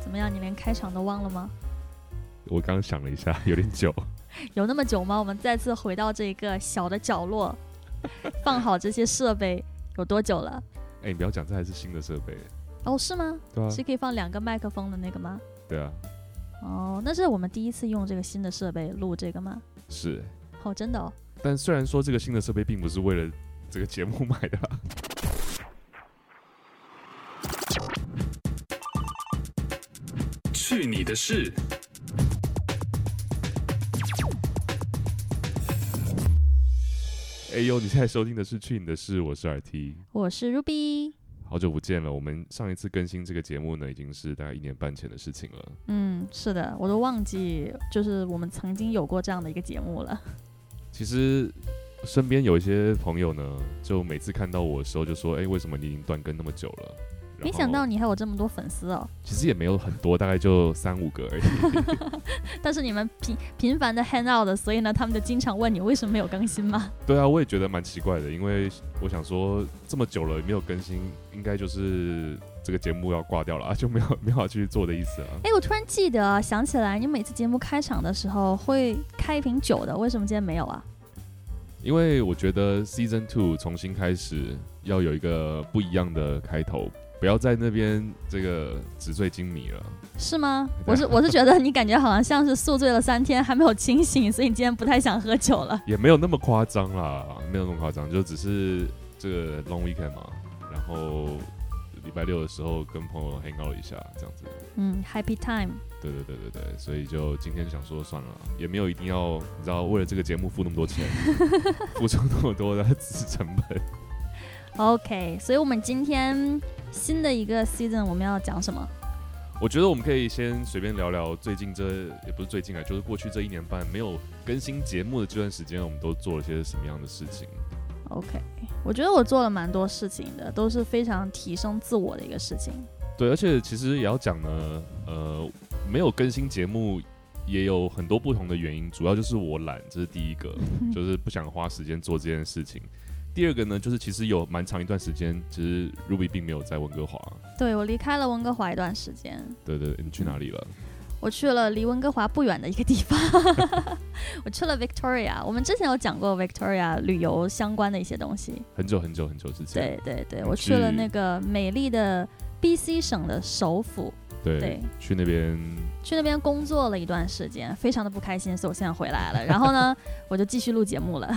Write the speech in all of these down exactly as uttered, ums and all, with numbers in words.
怎么样？你连开场都忘了吗？ 我刚想了一下，有点久。 有那么久吗？我们再次回到这个小的角落，放好这些设备，有多久了？ 哎、欸，你不要讲，这还是新的设备。 哦，是吗？ 对啊， 是可以放两个麦克风的那个吗？ 对啊。 哦，那是我们第一次用这个新的设备录这个吗？ 是。 哦，真的哦。 但虽然说这个新的设备并不是为了这个节目买的啦。 去你的事！ 哎呦，你现在收听的是《去你的事》，我是 R T， 我是 Ruby。 好久不见了，我们上一次更新这个节目呢，已经是大概一年半前的事情了。 嗯，是的，我都忘记，就是我们曾经有过这样的一个节目了。 其实身边有一些朋友呢，就每次看到我的时候就说：“哎、欸，为什么你已经断更那么久了？” 没想到你还有这么多粉丝哦。 其实也没有很多，大概就三五个而已。 但是你们频频繁的 hang out 的，所以呢，他们就经常问你为什么没有更新吗？ 对啊，我也觉得蛮奇怪的，因为我想说这么久了没有更新，应该就是这个节目要挂掉了啊，就没有没有要继续做的意思啊。 哎，我突然记得想起来，你每次节目开场的时候会开一瓶酒的，为什么今天没有啊？ 因为我觉得 Season Two 重新开始要有一个不一样的开头。不要在那边这个纸醉金迷了， 是吗？我是我是觉得你感觉好像像是宿醉了三天还没有清醒，所以你今天不太想喝酒了。 也没有那么夸张啦，没有那么夸张，就只是这个 long weekend 嘛，然后礼拜六的时候跟朋友 hang out 一下这样子。 嗯 ，happy time。 对对对对对，所以就今天想说算了，也没有一定要你知道为了这个节目付那么多钱，付出那么多的成本。 OK， 所以我们今天新的一个 season 我们要讲什么？ 我觉得我们可以先随便聊聊最近这也不是最近啊，就是过去这一年半没有更新节目的这段时间，我们都做了些什么样的事情 ？OK， 我觉得我做了蛮多事情的，都是非常提升自我的一个事情。 对，而且其实也要讲呢，呃，没有更新节目也有很多不同的原因，主要就是我懒，这是第一个，就是不想花时间做这件事情。第二个呢，就是其实有蛮长一段时间，其实 Ruby 并没有在温哥华。 对，我离开了温哥华一段时间。 对对，你去哪里了？ 我去了离温哥华不远的一个地方，我去了 Victoria。我们之前有讲过 Victoria 旅游相关的一些东西， 很久很久很久之前。 对对对，我去了那个美丽的 B C 省的首府。 对， 对， 去那边去那边工作了一段时间，非常的不开心，所以我现在回来了。然后呢，我就继续录节目了。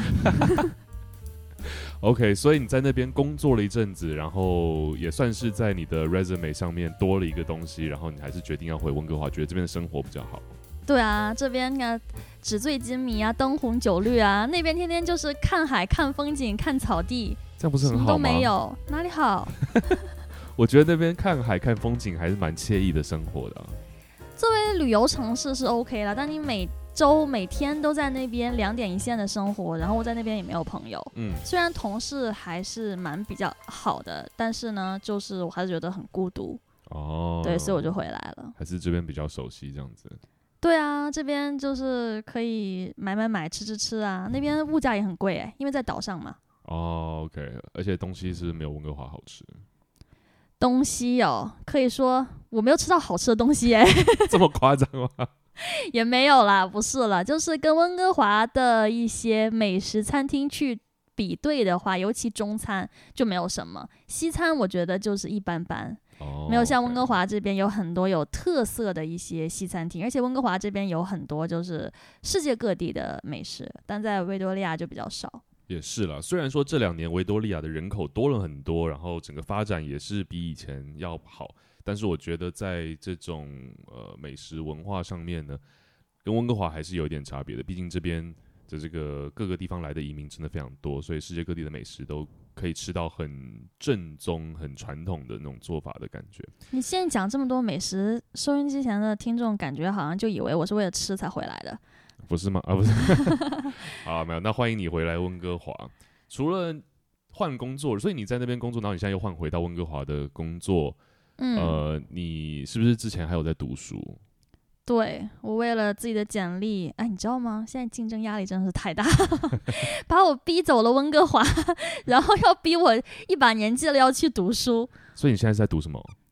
OK， 所以你在那边工作了一阵子，然后也算是在你的 resume 上面多了一个东西，然后你还是决定要回温哥华，觉得这边的生活比较好。 对啊，这边啊纸醉金迷啊，灯红酒绿啊，那边天天就是看海、看风景、看草地， 这样不是很好吗？ 什么都没有，哪里好？ 我觉得那边看海、看风景还是蛮惬意的生活的、啊。 作为旅游城市是 OK 了，但你每周每天都在那边两点一线的生活，然后我在那边也没有朋友。嗯，虽然同事还是蛮比较好的，但是呢，就是我还是觉得很孤独。哦，对，所以我就回来了。 还是这边比较熟悉这样子。 对啊，这边就是可以买买买、吃吃吃啊。那边物价也很贵哎、欸，因为在岛上嘛。 哦 ，OK， 而且东西是没有温哥华好吃。 东西哦，可以说我没有吃到好吃的东西哎、欸， 这么夸张吗？ 也没有啦，不是啦，就是跟温哥华的一些美食餐厅去比对的话，尤其中餐就没有什么，西餐我觉得就是一般般，哦、没有像温哥华这边有很多有特色的一些西餐厅，而且温哥华这边有很多就是世界各地的美食，但在维多利亚就比较少。 也是啦，虽然说这两年维多利亚的人口多了很多，然后整个发展也是比以前要好，但是我觉得在这种呃美食文化上面呢，跟温哥华还是有一点差别的。毕竟这边的这个各个地方来的移民真的非常多，所以世界各地的美食都可以吃到很正宗、很传统的那种做法的感觉。 你现在讲这么多美食，收音机前的听众感觉好像就以为我是为了吃才回来的。 不是吗？啊，不是。好，没有。那欢迎你回来温哥华。除了换工作，所以你在那边工作，然后你现在又换回到温哥华的工作。嗯，呃，你是不是之前还有在读书？ 对，我为了自己的简历，哎，你知道吗？现在竞争压力真的是太大，把我逼走了温哥华，然后要逼我一把年纪了要去读书。 所以你现在是在读什么？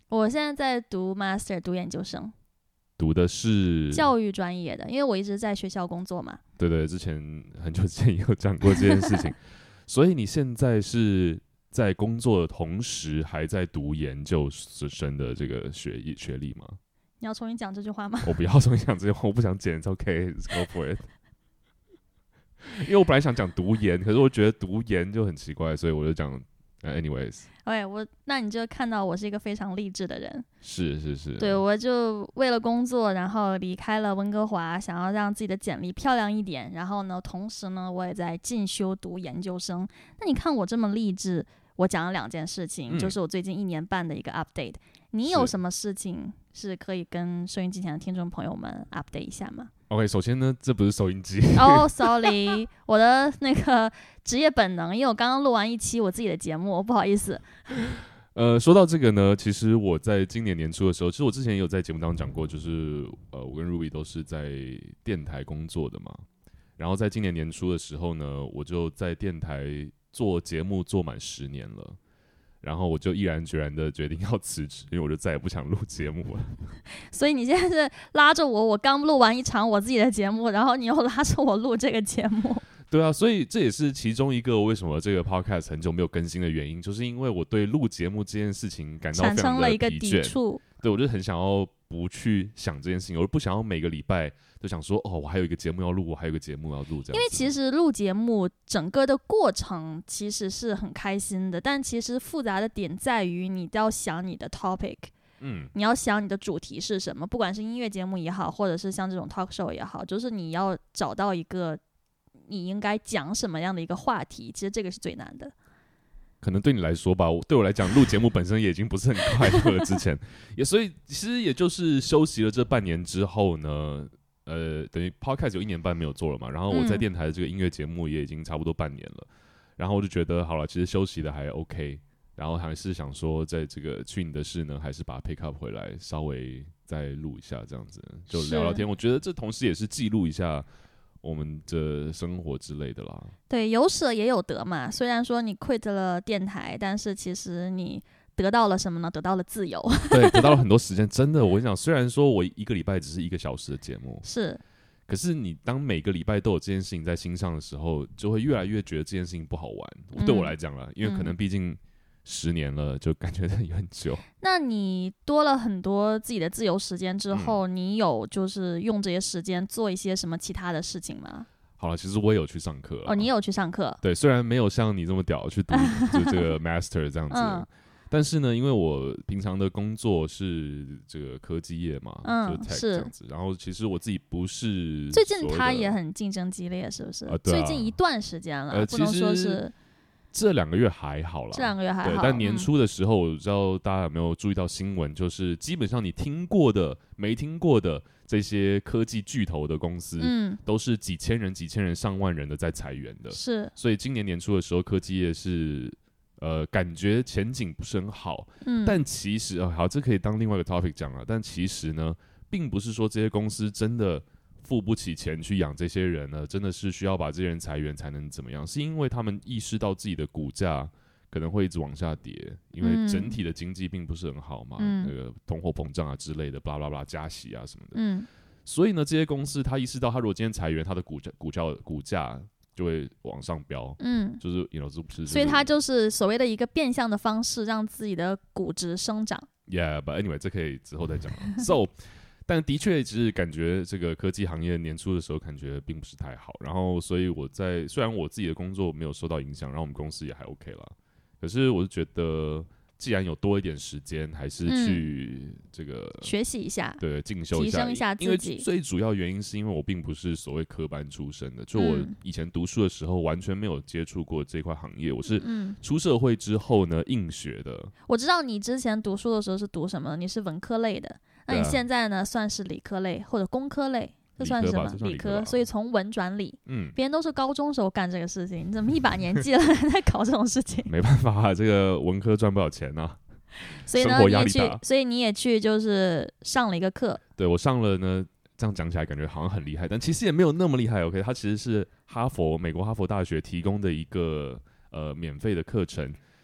我现在在读 master 读研究生， 读的是教育专业的，因为我一直在学校工作嘛。 对对，之前很久之前也有讲过这件事情。所以你现在是在工作的同时还在读研究生的这个学学历吗？ 你要重新讲这句话吗？我不要重新讲这句话，我不想剪 ，It's OK，Let's go for it。因为我本来想讲读研，可是我觉得读研就很奇怪，所以我就讲。Uh, anyways， okay, 我那你就看到我是一个非常励志的人。 是是是， 对，我就为了工作，然后离开了温哥华，想要让自己的简历漂亮一点。然后呢，同时呢，我也在进修读研究生。那你看我这么励志，我讲了两件事情，嗯、就是我最近一年半的一个 update。你有什么事情是可以跟收音机前的听众朋友们 update 一下吗？ OK， 首先呢，这不是收音机。 哦、oh, ，sorry， 我的那个职业本能，因为我刚刚录完一期我自己的节目，不好意思。 呃，说到这个呢，其实我在今年年初的时候，其实我之前也有在节目当中讲过，就是呃，我跟 Ruby 都是在电台工作的嘛。然后在今年年初的时候呢，我就在电台做节目做满十年了。然后我就毅然决然的决定要辞职，因为我就再也不想录节目了。 所以你现在是拉着我，我刚录完一场我自己的节目，然后你又拉着我录这个节目。 对啊，所以这也是其中一个为什么这个 podcast 很久没有更新的原因，就是因为我对录节目这件事情感到非常的疲倦，产生了一个抵触。对，我就很想要不去想这件事情，我不想要每个礼拜都想说，哦，我还有一个节目要录，我还有一个节目要录，这样子。 因为其实录节目整个的过程其实是很开心的，但其实复杂的点在于你要想你的 topic， 嗯，你要想你的主题是什么，不管是音乐节目也好，或者是像这种 talk show 也好，就是你要找到一个你应该讲什么样的一个话题，其实这个是最难的。 可能对你来说吧，对我来讲，录节目本身也已经不是很快乐了。之前也，所以其实也就是休息了这半年之后呢，呃，等于 podcast 有一年半没有做了嘛，然后我在电台的这个音乐节目也已经差不多半年了，嗯、然后我就觉得好了，其实休息的还 OK， 然后还是想说，在这个去你的事呢，还是把它 pick up 回来，稍微再录一下，这样子就聊聊天。我觉得这同时也是记录一下我们的生活之类的啦。 对，有舍也有得嘛。虽然说你 quit 了电台，但是其实你得到了什么呢？得到了自由。 对，得到了很多时间。真的，我跟你讲，虽然说我一个礼拜只是一个小时的节目， 是， 可是你当每个礼拜都有这件事情在心上的时候，就会越来越觉得这件事情不好玩。嗯、对我来讲啦，因为可能毕竟十年了，就感觉也很久。 那你多了很多自己的自由时间之后，嗯、你有就是用这些时间做一些什么其他的事情吗？ 好了，其实我也有去上课。 哦，你有去上课？ 对，虽然没有像你这么屌去读就这个 master 这样子，嗯、但是呢，因为我平常的工作是这个科技业嘛，嗯，就 tech 这样子。然后其实我自己不是最近它也很竞争激烈，是不是？ 啊啊、 最近一段时间了，呃、不能说是。 这两个月还好啦， 这两个月还好。 对，但年初的时候，我不知道大家有没有注意到新闻，就是基本上你听过的、没听过的这些科技巨头的公司，嗯，都是几千人、几千人、上万人的在裁员的。 是， 所以今年年初的时候，科技业是呃感觉前景不是很好。嗯，但其实啊、呃，好，这可以当另外一个 topic 讲了。但其实呢，并不是说这些公司真的付不起钱去养这些人呢，真的是需要把这些人裁员才能怎么样？是因为他们意识到自己的股价可能会一直往下跌，因为整体的经济并不是很好嘛，嗯、那个通货膨胀啊之类的，巴拉巴拉加息啊什么的。嗯，所以呢，这些公司他意识到，他如果今天裁员，他的股价股价股价就会往上飙。嗯，就是 you know 是不是？ 所以他就是所谓的一个变相的方式，让自己的估值生长。 Yeah, but anyway， 这可以之后再讲。So。但的确，只是感觉这个科技行业年初的时候，感觉并不是太好。然后，所以我在虽然我自己的工作没有受到影响，然后我们公司也还 OK 啦。可是，我是觉得，既然有多一点时间，还是去这个、 嗯、学习一下， 对，进修一下， 提升一下自己。 因为最主要原因是因为我并不是所谓科班出身的，就我以前读书的时候完全没有接触过这块行业。我是出社会之后呢硬学的。 我知道你之前读书的时候是读什么？你是文科类的。那你现在呢？算是理科类或者工科类，这算什么？理 科, 理科，所以从文转理。嗯，别人都是高中时候干这个事情，你怎么一把年纪了还在搞这种事情？ 没办法啊，这个文科赚不了钱啊， 所以呢，你也去，所以你也去，就是上了一个课。 对，我上了呢，这样讲起来感觉好像很厉害，但其实也没有那么厉害。OK， 它其实是哈佛美国哈佛大学提供的一个呃免费的课程。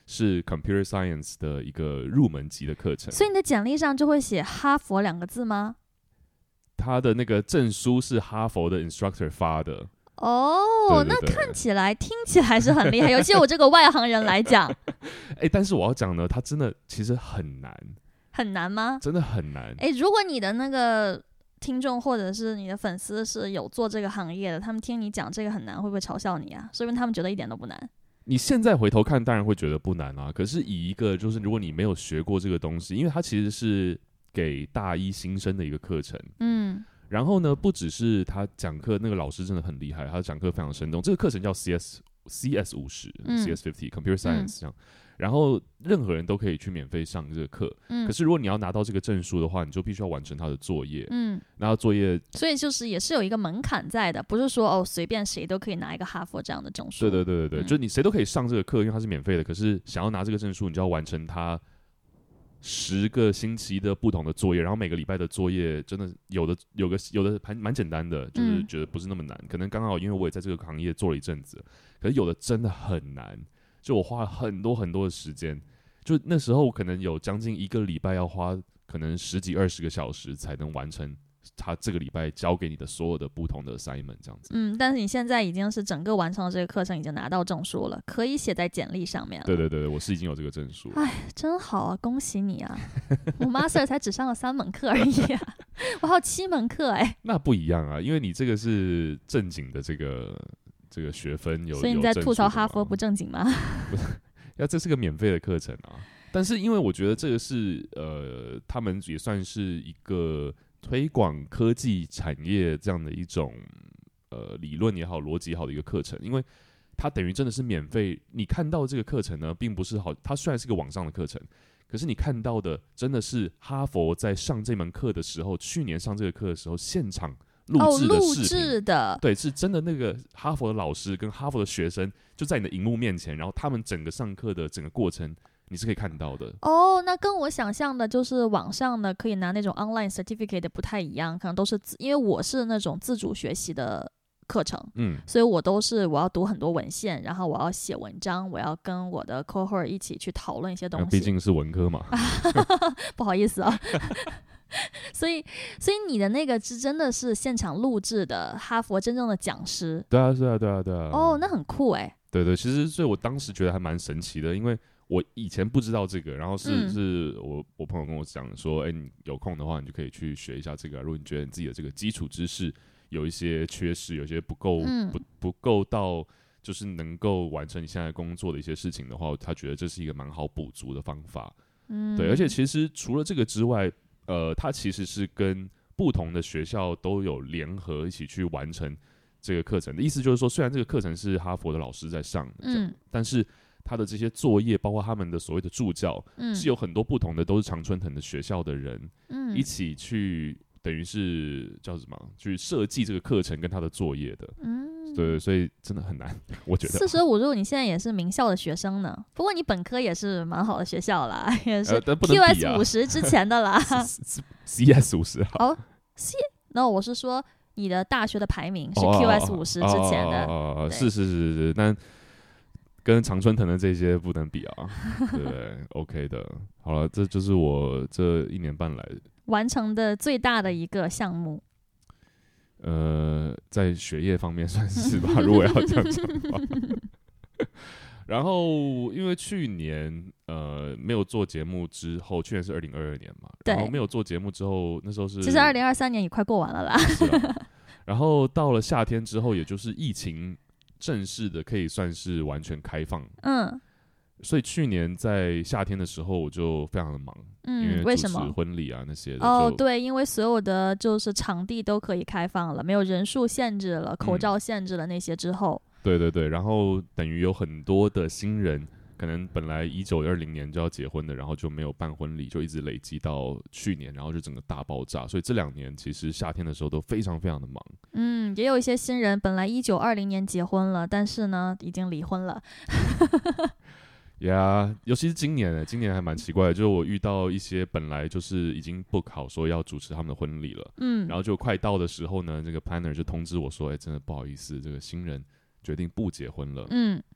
是 Computer Science 的一个入门级的课程。 所以你的简历上就会写哈佛两个字吗？ 他的那个证书是哈佛的 instructor 发的。 哦， 对对对， 那看起来听起来是很厉害，尤其我这个外行人来讲。 哎，但是我要讲呢，它真的其实很难。 很难吗？ 真的很难。 哎，如果你的那个听众或者是你的粉丝是有做这个行业的，他们听你讲这个很难，会不会嘲笑你啊？说不定他们觉得一点都不难。 你现在回头看，当然会觉得不难啊。可是以一个就是如果你没有学过这个东西，因为它其实是给大一新生的一个课程，嗯。然后呢，不只是他讲课，那个老师真的很厉害，他讲课非常生动。这个课程叫 C S C S 五十、嗯、C S 五十 Computer Science 这样、嗯，然后任何人都可以去免费上这个课、嗯。可是如果你要拿到这个证书的话，你就必须要完成他的作业。嗯，然后作业， 所以就是也是有一个门槛在的，不是说哦随便谁都可以拿一个哈佛这样的证书。 对对对对对，嗯、就你谁都可以上这个课，因为它是免费的。可是想要拿这个证书，你就要完成它十个星期的不同的作业，然后每个礼拜的作业真的有的有个有的还蛮简单的，就是觉得不是那么难。嗯、可能刚好因为我也在这个行业做了一阵子，可是有的真的很难，就我花了很多很多的时间，就那时候可能有将近一个礼拜要花可能十几二十个小时才能完成他这个礼拜教给你的所有的不同的 assignment 这样子。 嗯，但是你现在已经是整个完成了这个课程，已经拿到证书了，可以写在简历上面了。 对对对，我是已经有这个证书。 哎，真好啊，恭喜你啊！我 master 才只上了三门课而已啊，我还有七门课哎、欸。 那不一样啊，因为你这个是正经的这个这个学分有， 所以你在吐槽哈佛不正经吗？ 不是，要这是个免费的课程啊。但是因为我觉得这个是呃，他们也算是一个推广科技产业这样的一种呃理论也好、逻辑也好的一个课程，因为它等于真的是免费。你看到这个课程呢，并不是好，它虽然是个网上的课程，可是你看到的真的是哈佛在上这门课的时候，去年上这个课的时候现场录制的视频、哦、录制的，对，是真的那个哈佛的老师跟哈佛的学生就在你的荧幕面前，然后他们整个上课的整个过程。你是可以看到的哦，那跟我想象的就是网上的可以拿那种 online certificate 不太一样，可能都是自，因为我是那种自主学习的课程，嗯，所以我都是我要读很多文献，然后我要写文章，我要跟我的 cohort 一起去讨论一些东西。 毕竟是文科嘛， 不好意思啊。所以，所以你的那个是真的是现场录制的哈佛真正的讲师？ 对啊，对啊，对啊，对啊。 哦，那很酷哎、欸。 对对，其实所以我当时觉得还蛮神奇的，因为我以前不知道这个，然后是、嗯、是我我朋友跟我讲说，哎，你有空的话，你就可以去学一下这个、啊。如果你觉得你自己的这个基础知识有一些缺失，有一些不够、嗯、不不够到，就是能够完成你现在工作的一些事情的话，他觉得这是一个蛮好补足的方法。嗯，对，而且其实除了这个之外，呃，他其实是跟不同的学校都有联合一起去完成这个课程的意思，就是说，虽然这个课程是哈佛的老师在上的，嗯，但是他的这些作业，包括他们的所谓的助教，嗯，是有很多不同的，都是常春藤的学校的人，嗯，一起去，等于是叫什么，去设计这个课程跟他的作业的，嗯，对，所以真的很难，我觉得。 四舍五入，你现在也是名校的学生呢，不过你本科也是蛮好的学校啦，也是 Q S 五十之前的啦 ，C S 五十好。 哦 ，C， 那我是说。你的大学的排名是 Q S 五十之前的， 哦哦哦、是是是是，但跟常春藤的这些不能比啊，对不对？OK 的，好了，这就是我这一年半来完成的最大的一个项目。 呃，在学业方面算是吧，如果要这样讲的话。然后，因为去年呃没有做节目之后，去年是二零二二年嘛，然后没有做节目之后，那时候是其实二零二三年也快过完了啦。是啊， 然后到了夏天之后，也就是疫情正式的可以算是完全开放，嗯，所以去年在夏天的时候我就非常的忙，嗯，因为主持婚礼啊那些的。 哦，对，因为所有的就是场地都可以开放了，没有人数限制了，口罩限制了那些之后。嗯， 对对对，然后等于有很多的新人，可能本来一九二零年就要结婚的，然后就没有办婚礼，就一直累积到去年，然后就整个大爆炸。所以这两年其实夏天的时候都非常非常的忙。 嗯，也有一些新人本来一九二零年结婚了，但是呢已经离婚了。 呀、yeah, 尤其是今年，今年还蛮奇怪的，就是我遇到一些本来就是已经 book 好说要主持他们的婚礼了，嗯，然后就快到的时候呢，这个 planner 就通知我说，哎，真的不好意思，这个新人决定不结婚了。嗯，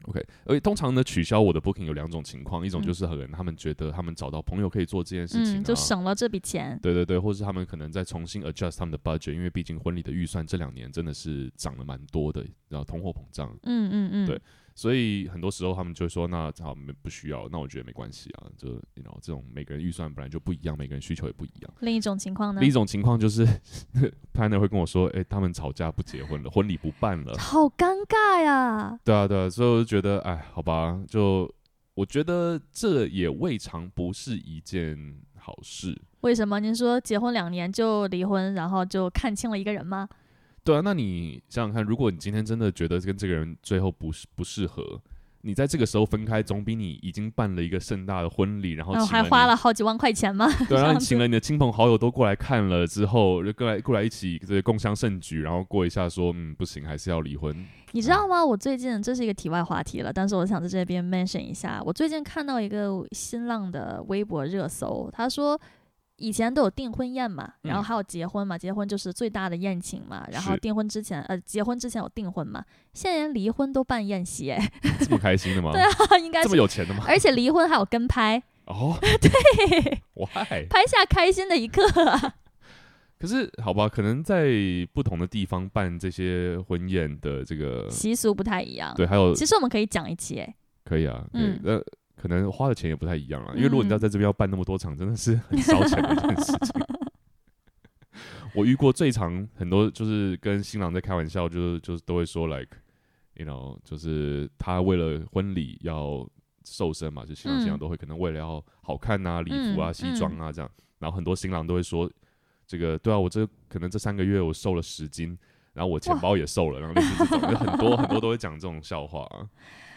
OK， 而且通常呢，取消我的 booking 有两种情况，一种就是可能他们觉得他们找到朋友可以做这件事情、啊嗯，就省了这笔钱。 对对对，或是他们可能再重新 adjust 他们的 budget， 因为毕竟婚礼的预算这两年真的是涨了蛮多的，然后通货膨胀。 嗯嗯嗯， 对，所以很多时候他们就说，那好不需要，那我觉得没关系啊，就 you know 这种每个人预算本来就不一样，每个人需求也不一样。 另一种情况呢？ 另一种情况就是，planner 会跟我说，哎、欸，他们吵架不结婚了，婚礼不办了， 好尴尬呀。 对啊对啊，所以我就觉得，哎，好吧，就我觉得这也未尝不是一件好事。 为什么？您说结婚两年就离婚，然后就看清了一个人吗？ 对啊，那你想想看，如果你今天真的觉得跟这个人最后不不适合，你在这个时候分开，总比你已经办了一个盛大的婚礼，然后然后还花了好几万块钱吗？ 对，然后你请了你的亲朋好友都过来看了之后，就过来过来一起这共襄盛举，然后过一下说，嗯，不行，还是要离婚。 你知道吗？我最近这是一个题外话题了，但是我想在这边 mention 一下，我最近看到一个新浪的微博热搜，他说，以前都有订婚宴嘛，然后还有结婚嘛，嗯、结婚就是最大的宴请嘛，然后订婚之前，呃，结婚之前有订婚嘛，现在连离婚都办宴席、欸， 这么开心的吗？ 对啊，应该是这么有钱的吗？ 而且离婚还有跟拍哦， 对 ，Why？ 拍下开心的一刻、啊。 可是好吧，可能在不同的地方办这些婚宴的这个习俗不太一样。 对，还有其实我们可以讲一期、欸， 可以啊，嗯，那。可能花的钱也不太一样啦， 嗯、 因为如果你要在这边要办那么多场，真的是很烧钱的一件事情。我遇过最长很多就是跟新郎在开玩笑，就是就是都会说 like you know， 就是他为了婚礼要瘦身嘛，就新郎新娘都会可能为了要好看啊，礼服啊、西装啊这样，然后很多新郎都会说这个对啊，我这可能这三个月我瘦了十斤，然后我钱包也瘦了，然后类似这种，就很多很多都会讲这种笑话、啊。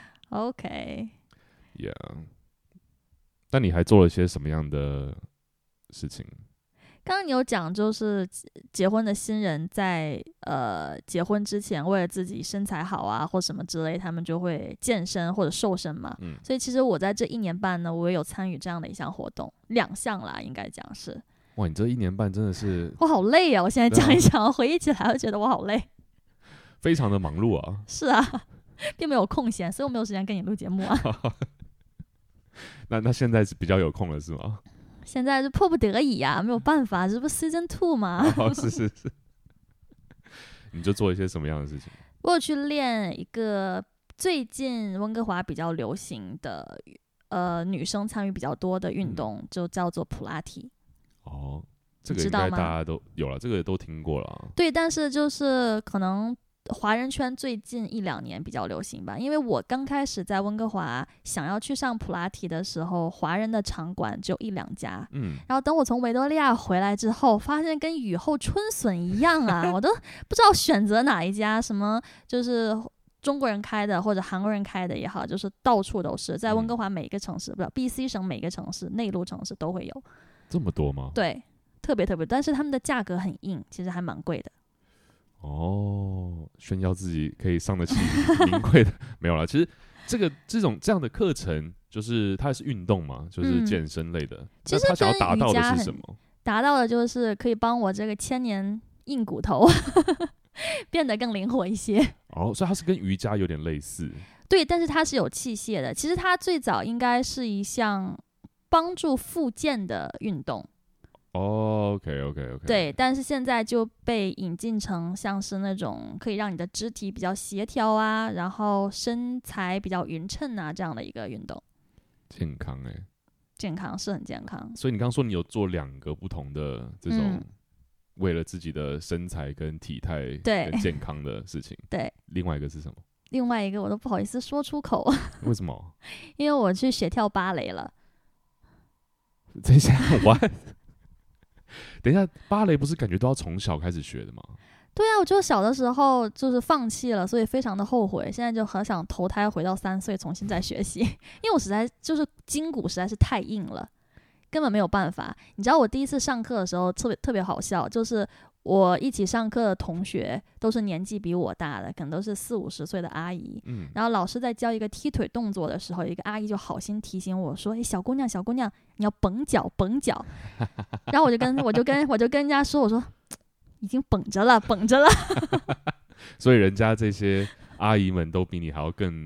OK。Yeah， 但你还做了些什么样的事情？ 刚刚你有讲，就是结婚的新人在呃结婚之前，为了自己身材好啊或什么之类，他们就会健身或者瘦身嘛。嗯，所以其实我在这一年半呢，我也有参与这样的一项活动，两项啦，应该讲是。 哇，你这一年半真的是…… 我好累啊！我现在讲一讲，回忆起来，我觉得我好累， 非常的忙碌啊。 是啊，并没有空闲，所以我没有时间跟你录节目啊。 那那现在是比较有空了是吗？ 现在是迫不得已啊，没有办法，这不 season two 吗？ 哦，是是是。你就做一些什么样的事情？ 我有去练一个最近温哥华比较流行的，呃，女生参与比较多的运动，嗯、就叫做普拉提。 哦，这个应该大家都有了，这个都听过了。 对，但是就是可能。华人圈最近一两年比较流行吧，因为我刚开始在温哥华想要去上普拉提的时候，华人的场馆只有一两家，嗯，然后等我从维多利亚回来之后，发现跟雨后春笋一样啊，我都不知道选择哪一家，什么就是中国人开的或者韩国人开的也好，就是到处都是，在温哥华每个城市，嗯、不是 B C 省每个城市、内陆城市都会有， 这么多吗？ 对，特别特别，但是他们的价格很硬，其实还蛮贵的。 哦，炫耀自己可以上得起名贵的没有啦。其实这个这种这样的课程，就是它是运动嘛，就是健身类的。嗯、 其实他想要达到的是什么？ 达到的就是可以帮我这个千年硬骨头变得更灵活一些。 哦，所以它是跟瑜伽有点类似。 对，但是它是有器械的。其实它最早应该是一项帮助复健的运动。 哦、oh, ，OK OK OK， 对，但是现在就被引进成像是那种可以让你的肢体比较协调啊，然后身材比较匀称啊这样的一个运动。 健康哎、欸， 健康是很健康。 所以你刚刚说你有做两个不同的这种为了自己的身材跟体态跟健康的事情。 对， 另外一个是什么？ 另外一个我都不好意思说出口。 为什么？ 因为我去学跳芭蕾了。 等一下，我等一下，芭蕾不是感觉都要从小开始学的吗？ 对啊，我就小的时候就是放弃了，所以非常的后悔。现在就很想投胎回到三岁，重新再学习，因为我实在就是筋骨实在是太硬了，根本没有办法。你知道我第一次上课的时候特别特别好笑，就是我一起上课的同学都是年纪比我大的，可能都是四五十岁的阿姨。嗯，然后老师在教一个踢腿动作的时候，一个阿姨就好心提醒我说：“哎，小姑娘，小姑娘，你要绷脚，绷脚。”然后我就跟我就跟我就跟人家说：“我说已经绷着了，绷着了。” 所以人家这些阿姨们都比你还要更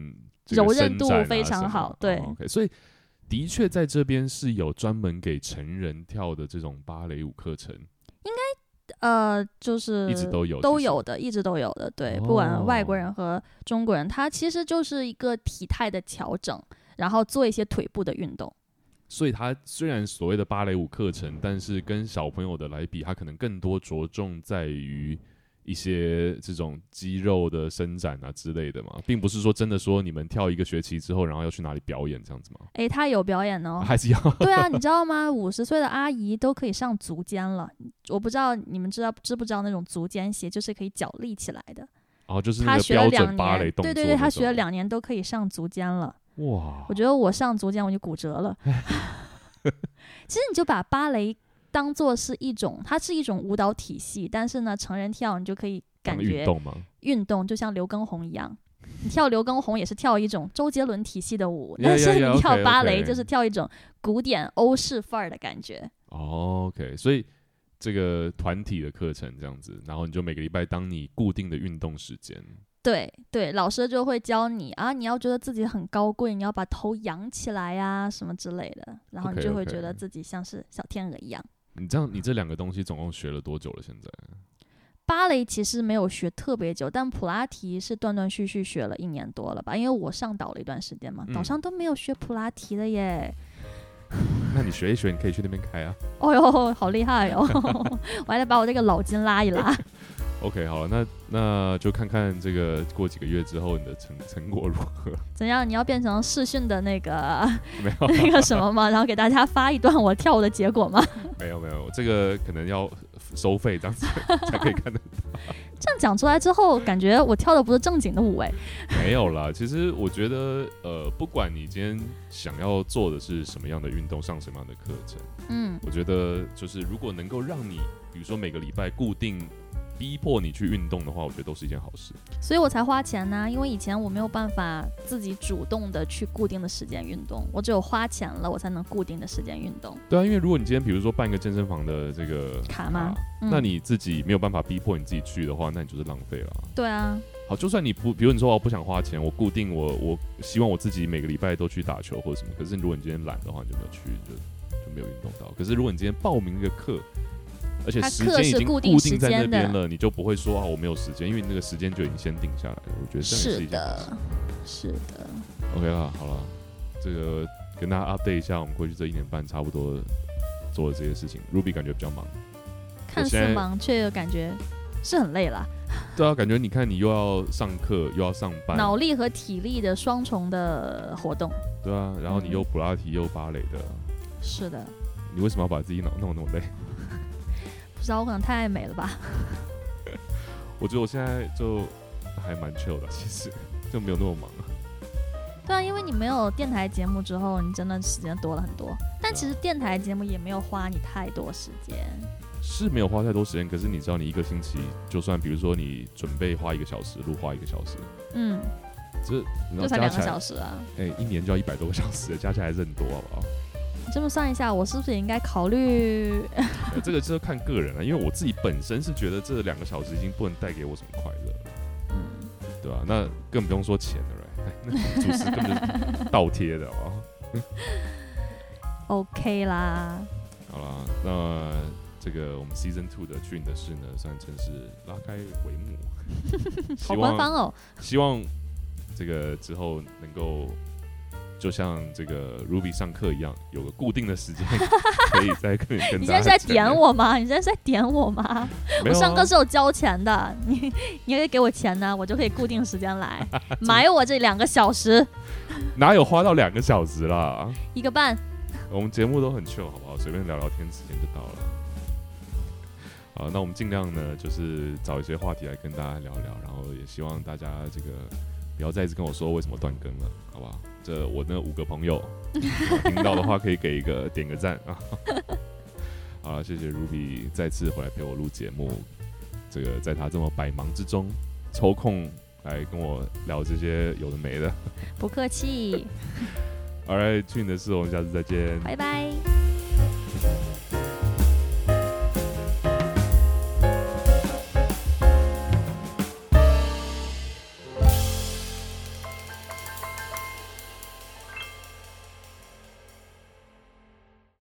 柔韧度非常好。啊、对、 哦 okay, 所以的确在这边是有专门给成人跳的这种芭蕾舞课程。 应该呃就是一直都有都有的，一直都有的。对、哦，不管外国人和中国人，它其实就是一个体态的调整，然后做一些腿部的运动。 所以它虽然所谓的芭蕾舞课程，但是跟小朋友的来比，它可能更多着重在于一些这种肌肉的伸展啊之类的嘛，并不是说真的说你们跳一个学期之后，然后要去哪里表演这样子吗？ 哎，他有表演哦， 还是要？ 对啊，你知道吗？五十岁的阿姨都可以上足尖了。我不知道你们知道知不知道那种足尖鞋，就是可以脚立起来的。 哦，就是那个标准芭蕾动作。 对对对，他学了两年都可以上足尖了。 哇！ 我觉得我上足尖我就骨折了。其实你就把芭蕾当作是一种，它是一种舞蹈体系，但是呢，成人跳你就可以感觉运动吗？ 运动就像刘畊宏一样，你跳刘畊宏也是跳一种周杰伦体系的舞， yeah, 但是 yeah, yeah, 你跳芭 okay, 蕾 okay. 就是跳一种古典欧式范儿的感觉。 哦 ，OK， 所以这个团体的课程这样子，然后你就每个礼拜当你固定的运动时间。 对对，老师就会教你啊，你要觉得自己很高贵，你要把头扬起来呀、啊，什么之类的，然后你就会觉得自己像是小天鹅一样。 Okay, okay. 你这样，你这两个东西总共学了多久了？现在芭蕾其实没有学特别久，但普拉提是断断续续学了一年多了吧，因为我上岛了一段时间嘛，嗯、岛上都没有学普拉提的耶。 那你学一学，你可以去那边开啊。 哦哟，好厉害哦！我还得把我这个老筋拉一拉。 OK， 好了，那那就看看这个过几个月之后你的成成果如何。 怎样？你要变成视讯的那个没有那个什么吗？然后给大家发一段我跳舞的结果吗？ 没有没有，这个可能要收费这样子才可以看得到。 这样讲出来之后，感觉我跳的不是正经的舞哎。 没有啦，其实我觉得呃，不管你今天想要做的是什么样的运动，上什么样的课程，嗯，我觉得就是如果能够让你，比如说每个礼拜固定。逼迫你去运动的话，我觉得都是一件好事， 所以我才花钱呢、啊。因为以前我没有办法自己主动的去固定的时间运动，我只有花钱了，我才能固定的时间运动。 对啊，因为如果你今天比如说办一个健身房的这个卡吗、嗯？ 那你自己没有办法逼迫你自己去的话，那你就是浪费了。 对啊。 好，就算你不，比如你说我不想花钱，我固定我我希望我自己每个礼拜都去打球或者什么，可是如果你今天懒的话，你就没有去，就就没有运动到。可是如果你今天报名一个课，而且时间已经固定在那边了，你就不会说啊我没有时间，因为那个时间就已经先定下来了。我觉得这样也是一件好事。 是的，是的。 OK 啦，好了，这个跟大家 update 一下，我们过去这一年半差不多做的这些事情。Ruby 感觉比较忙， 看似忙，却又感觉是很累啦。 对啊，感觉你看你又要上课又要上班， 脑力和体力的双重的活动。 对啊，然后你又普拉提又芭蕾的。 是的。 你为什么要把自己脑弄那么累？ 不知道，我可能太爱美了吧。 我觉得我现在就还蛮 chill 的，其实就没有那么忙了。 对啊，因为你没有电台节目之后，你真的时间多了很多。但其实电台节目也没有花你太多时间。 是没有花太多时间，可是你知道，你一个星期，就算比如说你准备花一个小时，录花一个小时，嗯，这就才两个小时啊。 哎、欸，一年就要一百多个小时，加起来还是很多，好不好？ 这么算一下，我是不是也应该考虑？ 这个就是看个人了，因为我自己本身是觉得这两个小时已经不能带给我什么快乐了，嗯，对吧、啊？那更不用说钱了，那主持根本就是倒贴的，好不好 ？OK 啦， 好啦，那这个我们 Season Two 的去你的事呢，算正式拉开帷幕。 好官方哦！ 希望这个之后能够。就像这个 Ruby 上课一样，有个固定的时间可以再跟跟大家。 你现在是在点我吗？你现在是在点我吗？啊、我上课是有交钱的，你你可以给我钱呢，我就可以固定时间来买我这两个小时。 哪有花到两个小时啦？ 一个半。 我们节目都很 chill， 好不好？随便聊聊天，时间就到了。好，那我们尽量呢，就是找一些话题来跟大家聊聊，然后也希望大家这个不要再一直跟我说为什么断更了，好不好？这我那五个朋友听到的话，可以给一个点个赞啊！好了，谢谢 Ruby 再次回来陪我录节目。这个在他这么百忙之中抽空来跟我聊这些有的没的， 不客气。 Alright， 去你的事，我们下次再见， 拜拜。